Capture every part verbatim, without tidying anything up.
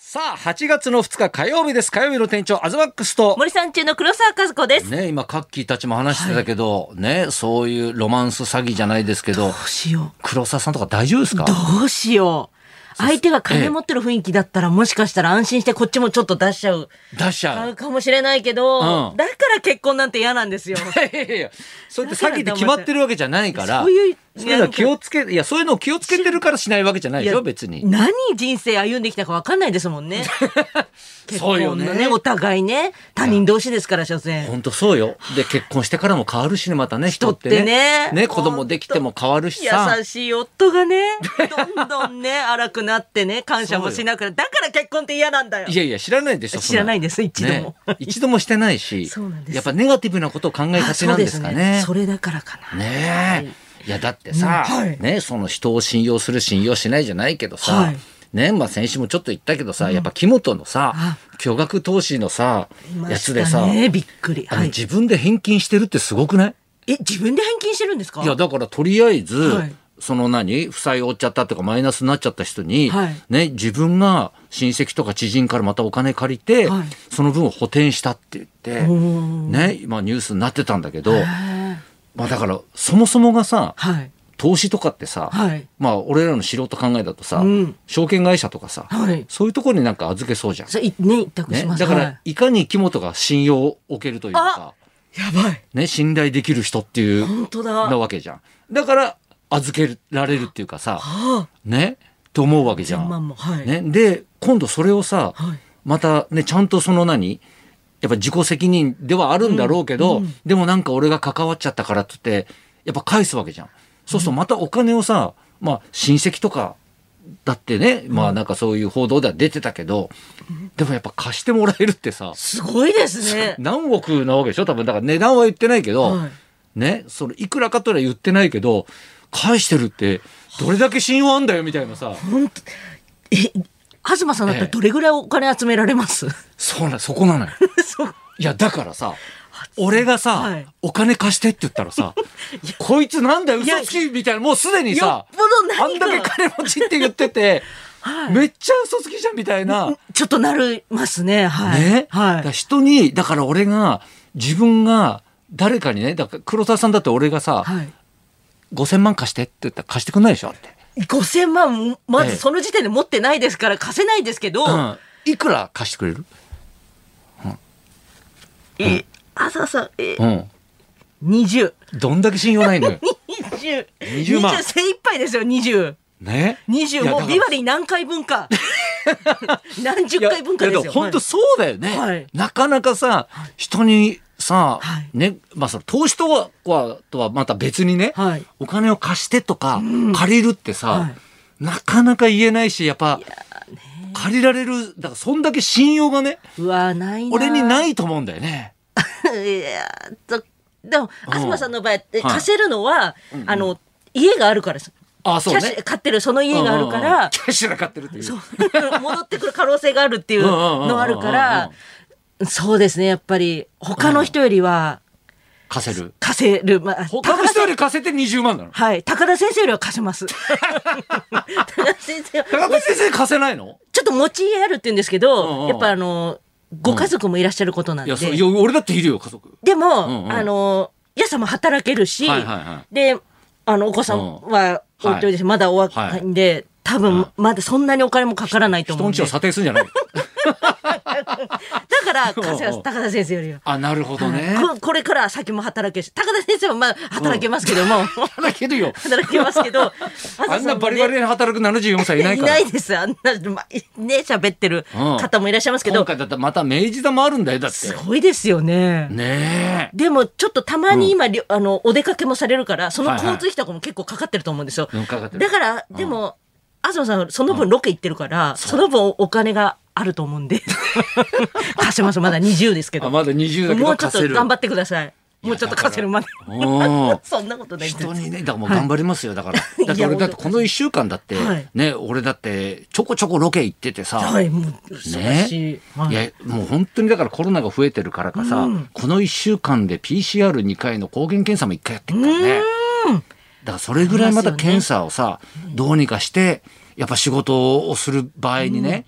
さあはちがつのふつか火曜日です。火曜日の店長アズマックスと森さん中の黒沢和子です。 ね、今カッキーたちも話してたけど、はい、ね、そういうロマンス詐欺じゃないですけど、 どうしよう、 黒沢さんとか大丈夫ですか？ どうしよう、相手が金持ってる雰囲気だったら、もしかしたら安心してこっちもちょっと出しちゃう出しちゃうかもしれないけど、 うん、 だから結婚なんて嫌なんですよ。 いやいやいや、そうやって詐欺って決まってるわけじゃないから、 そういうそういうの気をつけ、いやそういうのを気をつけてるからしないわけじゃないでしょ別に。 何人生歩んできたか分かんないですもんね。結婚のね、 そうよね、 お互いね、他人同士ですから所詮。 本当そうよ。で結婚してからも変わるしね、またね、人ってね、 ね、 ね、子供できても変わるしさ、 優しい夫がね、どんどんね荒くなってね、感謝もしなくなる。だから結婚って嫌なんだよ。 いやいや知らないでしょ。 知らないです一度も、 ね、一度もしてないしそうなんです。 やっぱネガティブなことを考えがちなんですかね。 ね、それだからかな。 ねえ、はい、いやだってさ、うん、はい、ね、その人を信用する信用しないじゃないけどさ、はい、ね、まあ先週もちょっと言ったけどさ、うん、やっぱ木本のさ巨額投資のさやつでさ、 ね、びっくり、 あの、はい、自分で返金してるってすごくない？ え、自分で返金してるんですか？ いやだからとりあえず、はい、その何負債を負っちゃったとかマイナスになっちゃった人に、はい、ね、自分が親戚とか知人からまたお金借りて、はい、その分を補填したって言って、ね、まあ、ニュースになってたんだけど、まあ、だからそもそもがさ、はい、投資とかってさ、はい、まあ俺らの素人考えだとさ、うん、証券会社とかさ、はい、そういうところになんか預けそうじゃん、 ね、委託します、 ね、だから、はい、いかに木本が信用を置けるというか、 やばい、 ね、信頼できる人っていう本当だなわけじゃん。だから預けられるっていうかさ、はあ、ねと思うわけじゃん、 も、はい、 ね、で今度それをさ、はい、またねちゃんとその何やっぱ自己責任ではあるんだろうけど、うんうん、でもなんか俺が関わっちゃったからって言ってやっぱ返すわけじゃん。そうするとまたお金をさ、まあ親戚とかだってね、うん、まあなんかそういう報道では出てたけど、うん、でもやっぱ貸してもらえるってさすごいですね。 何億なわけでしょ多分。だから値段は言ってないけど、はい、ね、それいくらかとは言ってないけど返してるってどれだけ信用あんだよみたいなさ。 本当、え、東さんだったらどれぐらいお金集められます？ええ、 そうな、そこなのよ。いやだからさ、俺がさ、はい、お金貸してって言ったらさこいつなんだよ嘘つきみたいな、もうすでにさあんだけ金持ちって言ってて、はい、めっちゃ嘘つきじゃんみたいなちょっとなりますね。はい、 ね、 はい、 だ人にだから俺が自分が誰かにね、だから黒沢さんだって俺がさ、はい、ごせんまん貸してって言ったら貸してくんないでしょって。 ごせんまんまずその時点で持ってないですから貸せないですけど、 うん、いくら貸してくれる？ うん、え、朝さん、え、うん、にじゅう。 どんだけ信用ないのよ。 にじゅう、にじゅうまん精一杯ですよ。にじゅうね、 にじゅうもうビバリー何回分か何十回分かですよ。 本当そうだよね、はい、なかなかさ人にさ、はい、ね、まあその投資とはとはまた別にね、はい、お金を貸してとか借りるってさ、うん、はい、なかなか言えないし、やっぱ借りられる、だからそんだけ信用がね、 うわないな、 俺にないと思うんだよね。 いやでも東さんの場合って貸せるのは、はい、あの家があるからです。 ああそうね、 キャッシュ買ってるその家があるから、うんうんうん、 キャッシュが買ってるっていう、 そう戻ってくる可能性があるっていうのあるから、そうですね、やっぱり他の人よりは貸せる貸せる、まあ、 他の人より貸せてにじゅうまんなの。 はい、高田先生よりは貸せます高田先生高田先生貸せないの？ ちょっと持ち家あるって言うんですけど、うんうん、やっぱあのご家族もいらっしゃることなんで、うん、 いや、いや俺だっているよ家族。 でも、うんうん、あのやさも働けるし、はいはいはい、であのお子さんは置いといて、はい、まだお若いんで、はい、多分まだそんなにお金もかからないと思うんで。 人んちを査定するんじゃないだから貸せます、高田先生よりは。 あ、なるほどね、 はい、こ, これから先も働けるし、高田先生はまあ働けますけども、うん、 働けるよ働けますけどあんなバリバリに働くななじゅうよんさいいないから。 いないです。あんな、ま、ね喋ってる方もいらっしゃいますけど、 今回だってまた明治座もあるんだよ。だってすごいですよね。 ねでもちょっとたまに今、うん、あのお出かけもされるからその交通費とかも結構かかってると思うんですよ、はいはい、だから、うん、でも東さんその分ロケ行ってるから、うん、その分お金があると思うんで貸せます。まだにじゅうですけど。 あ、まだにじゅうだけどもうちょっと頑張ってください。もうちょっと貸せるまでそんなことない。 人にね、だからもう頑張りますよ、はい、だからだって俺だってこのいっしゅうかんだって、はい、ね、俺だってちょこちょこロケ行っててさ、 はい、もうね、はい、いやもう本当にだからコロナが増えてるからかさ、うん、このいっしゅうかんで ピーシーアールに 回の抗原検査もいっかいやってるからね。うん、だからそれぐらいまた検査をさ、ね、どうにかしてやっぱ仕事をする場合にね、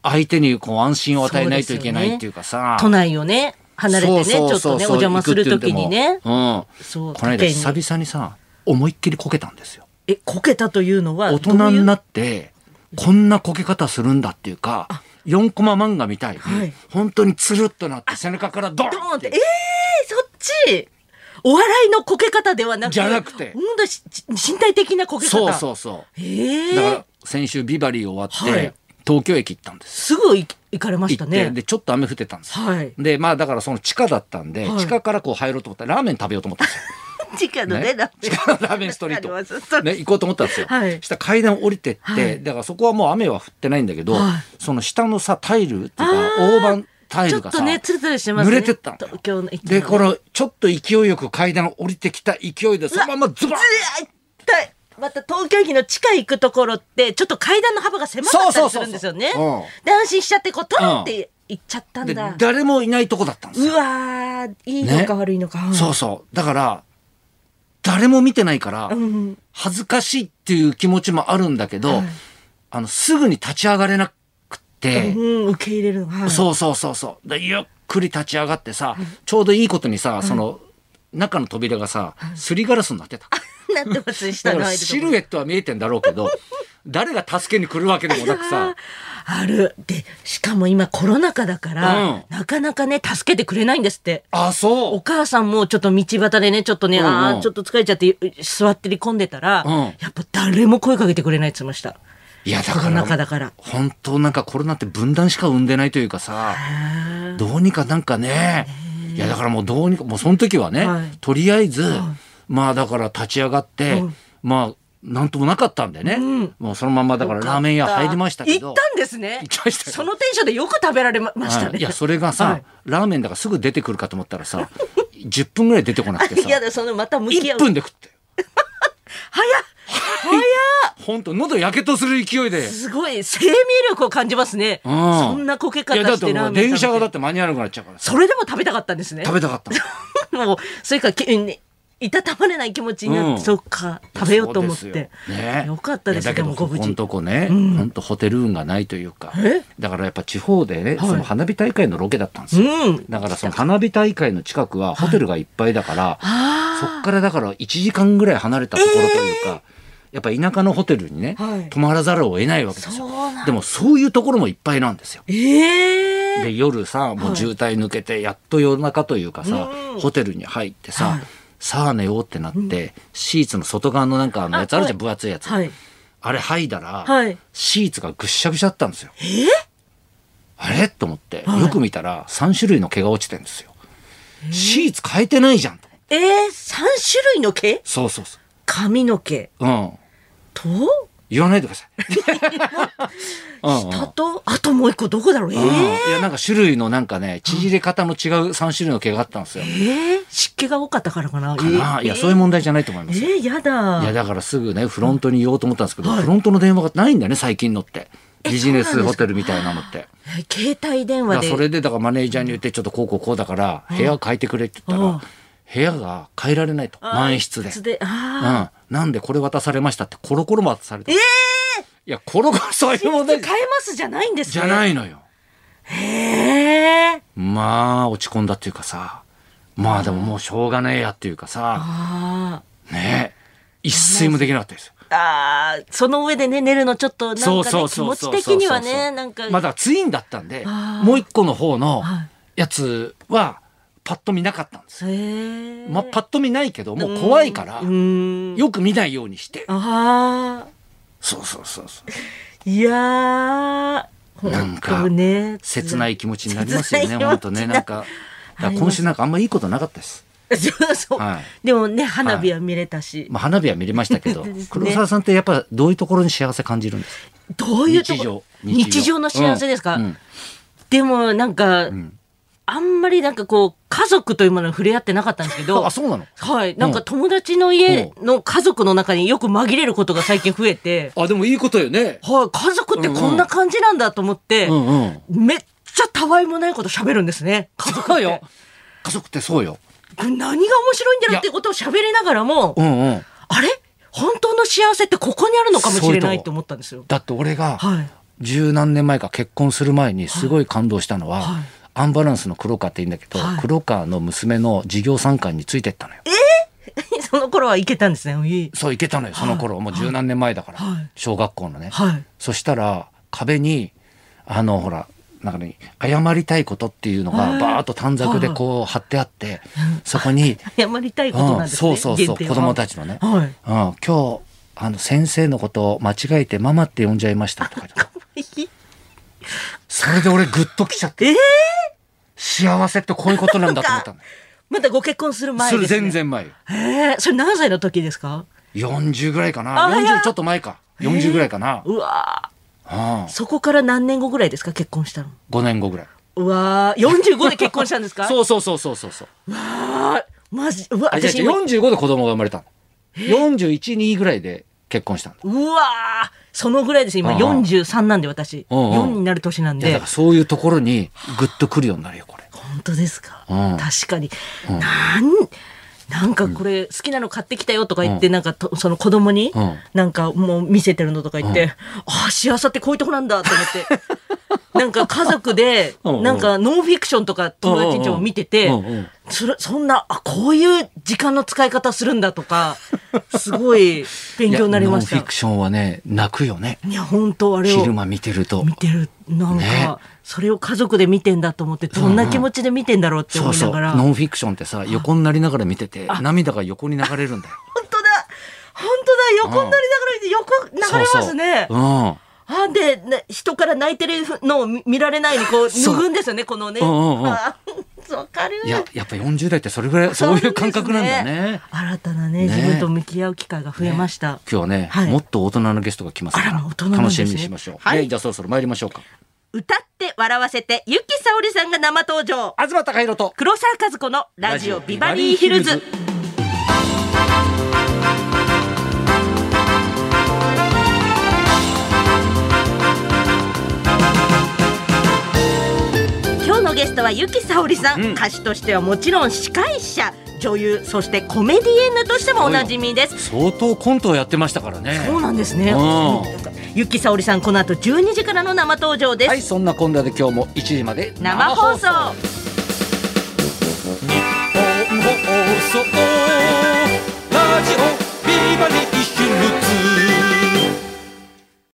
相手にこう安心を与えないといけないっていうかさ、 ね、都内をね離れてね、ちょっとねお邪魔するときにね、 うん、そうこの間久々にさ思いっきりこけたんですよ。 え、こけたというのは大人になってこんなこけ方するんだっていうか、よんコマ漫画みたいに、はい、本当につるっとなって背中からドーンって、 えー、そっちお笑いのこけ方ではなくて、 じゃなくて本当身体的なこけ方。 そうそうそう、えー、だから先週ビバリー終わって、はい、東京駅行ったんです。 すぐ行かれましたね。 でちょっと雨降ってたんです、 はい、 でまあだからその地下だったんで、はい、地下からこう入ろうと思ったらラーメン食べようと思ったんですよ地下のね、 ね、地下のラーメンストリート、ね、行こうと思ったんですよ、はい、したら階段降りてって、はい、だからそこはもう雨は降ってないんだけど、はい、その下のさタイルっていうか大判タイルがさ、ね、濡れてったんだよ。のでこのちょっと勢いよく階段降りてきた勢いでそのままズバッまた東京駅の地下行くところってちょっと階段の幅が狭かったりするんですよね。で安心しちゃってこうトンって行っちゃったんだ、 で誰もいないとこだったんですよ。 うわいいのか悪いのか、 ね、そうそうだから誰も見てないから恥ずかしいっていう気持ちもあるんだけど、うん、あのすぐに立ち上がれなくて、 うん、受け入れる、はい、 そうそうそうそうでゆっくり立ち上がってさ、はい、ちょうどいいことにさ、はい、その中の扉がさ、はい、すりガラスになってたなってます下の間シルエットは見えてんだろうけど誰が助けに来るわけでもなくさあるでしかも今コロナ禍だから、うん、なかなかね助けてくれないんですって。 あそうお母さんもちょっと道端でねちょっとね、うんうん、あちょっと疲れちゃって座ってり込んでたら、うん、やっぱ誰も声かけてくれないって言ってました。 いやだからコロナ禍だから本当なんかコロナって分断しか生んでないというかさどうにかなんかねいやだからもうどうにかもうその時はね、はい、とりあえず、はい、まあだから立ち上がって、うん、まあなんともなかったんでね、うん、もうそのままだからラーメン屋入りましたけど。 行ったんですね。行きましたよ。そのテンションでよく食べられましたね、はい、 いやそれがさ、はい、ラーメンだからすぐ出てくるかと思ったらさじゅっぷんぐらい出てこなくてさいやだそのまた向き合ういっぷんで食って早っ早っ本当喉やけとする勢いですごい生命力を感じますね、うん、そんなこけ方してラーメン食べて。いやだって電車がだって間に合わなくなっちゃうからさそれでも食べたかったんですね。 食べたかったもうそれからいたたまれない気持ちになって、うん、そっか食べようと思って、ね、よかったです。 だけどでもご無事ここのとこね、うん、ほんとホテル運がないというかだからやっぱ地方でね、はい、その花火大会のロケだったんですよ、うん、だからその花火大会の近くはホテルがいっぱいだから、はい、そっからだからいちじかんぐらい離れたところというか、えー、やっぱ田舎のホテルにね、はい、泊まらざるを得ないわけですよ。でもそういうところもいっぱいなんですよ、えー、で夜さもう渋滞抜けてやっと夜中というかさ、はい、ホテルに入ってさ、はいさあ寝ようってなって、うん、シーツの外側のなんかあのやつあるじゃん、分厚いやつ、はい、あれ剥いだら、はい、シーツがぐっしゃぐしゃだったんですよ。 えー、 あれと思って、はい、よく見たらさん種類の毛が落ちてるんですよ、えー、シーツ変えてないじゃんと。 えー、さん種類の毛。 そうそうそう髪の毛、 うん、 と言わないでください下とあともう一個どこだろう、えー、 いやなんか種類のなんかね縮れ方の違うさん種類の毛があったんですよ。 えー、湿気が多かったからかな。 かな、えー、いやそういう問題じゃないと思いますよ。 えー、やだ。 いやだからすぐねフロントに言おうと思ったんですけど、はい、フロントの電話がないんだね最近のってビジネスホテルみたいなのって。 携帯電話でそれでだからマネージャーに言ってちょっとこうこうこうだから部屋を変えてくれって言ったら部屋が変えられないと満室 で, であ、うん、なんでこれ渡されましたってコロコロも渡された。えーいやコロコロそういう問題変えますじゃないんですね。 じゃないのよ。 へえ。 まあ落ち込んだっていうかさまあでももうしょうがねえやっていうかさあねえ一睡もできなかったですよ。 あその上でね寝るのちょっとなんか、ね、気持ち的にはねなんかまだツインだったんでもう一個の方のやつはパッと見なかったんですよ。まあパッと見ないけどもう怖いからよく見ないようにして。あそうそうそうそういやーなんか切ない気持ちになりますよね本当ね。なんか今週なんかあんまいいことなかったです。 そう、はい、でもね花火は見れたし、 はいまあ、花火は見れましたけど、ね、黒沢さんってやっぱどういうところに幸せ感じるんですか。 どういうところ日常、日常の幸せですか、うんうん、でもなんか、うんあんまりなんかこう家族というものに触れ合ってなかったんですけどあそうなの。 はいなんか友達の家の家族の中によく紛れることが最近増えてあでもいいことよね。 はい家族ってこんな感じなんだと思って、うんうん、めっちゃたわいもないこと喋るんですね家族って。そうよ家族ってそうよ。 何が面白いんだろうっていうことを喋りながらも、うんうん、あれ本当の幸せってここにあるのかもしれないと思ったんですよ。 だって俺が、はい十何年前か結婚する前にすごい感動したのは、はいはい、アンバランスの黒川って言うんだけど、はい、黒川の娘の事業参観についてったのよ。 えー、その頃は行けたんですね。 そう行けたのよその頃、はい、もう十何年前だから、はい、小学校のね、 はい、 そしたら壁にあのほらなんかね、謝りたいことっていうのがバーッと短冊でこう貼ってあって、そこに謝りたいことなんですね、 うん、そうそうそう、子供たちのね、 はい、 うん、今日あの先生のことを間違えてママって呼んじゃいましたとかそれで俺グッときちゃって、 えー、 幸せってこういうことなんだと思ったの。 まだご結婚する前ですね。 全然前。 えー、それ何歳の時ですか？ よんじゅうぐらいかな。よんじゅうちょっと前か、よんじゅうぐらいかな。 うわはあ、 そこから何年後ぐらいですか結婚したの？ ごねんごぐらい。 うわー、よんじゅうごで結婚したんですか？ そうそうそうそうそうそう。 うわー、マジ、うわ、 私よんじゅうごで子供が生まれたの。よんじゅういち、にぐらいで結婚したんだ。 うわー、そのぐらいです。今よんじゅうさんなんで私、うんうん、よんになる年なんで。 だからそういうところにグッとくるようになるよこれ。 本当ですか？ うん、 確かに、うん、なんなんかこれ好きなの買ってきたよとか言って、うん、なんかとその子供になんかもう見せてるのとか言って、うん、ああ幸せってこういうとこなんだと思ってなんか家族でなんかノンフィクションとか友達んちも見てて、それそんなあこういう時間の使い方するんだとかすごい勉強になりました。 ノンフィクションはね泣くよね。 いや本当あれを昼間見てると見てるなんか、ね、それを家族で見てんだと思ってどんな気持ちで見てんだろうって思いながら、 うんうん、そうそうノンフィクションってさ横になりながら見てて涙が横に流れるんだよ。 本当だ本当だ横になりながら見て横流れますね。 そうそう、うん、 あで、ね、人から泣いてるのを見られないにこう脱ぐんですよねこのね。うんうんうん、あわかる。 いややっぱよんじゅう代ってそれぐらいそういう感覚なんだね。 新たなね、ね、自分と向き合う機会が増えました、 ね、今日はね、はい、もっと大人のゲストが来ますから、 ね、 楽しみにしましょう、はい、じゃあそろそろ参りましょうか。 歌って笑わせてゆきさおりさんが生登場。 東貴博と黒沢和子のラジオビバリーヒルズ。今日のゲストはゆきさおりさん、うん、歌手としてはもちろん司会者女優そしてコメディエンヌとしてもおなじみです。 相当コントをやってましたからね。 そうなんですね。ゆきさおりさんこの後じゅうにじからの生登場です。 はい、そんなこんなで今日もいちじまで生放送。日本放送ラジオビバリー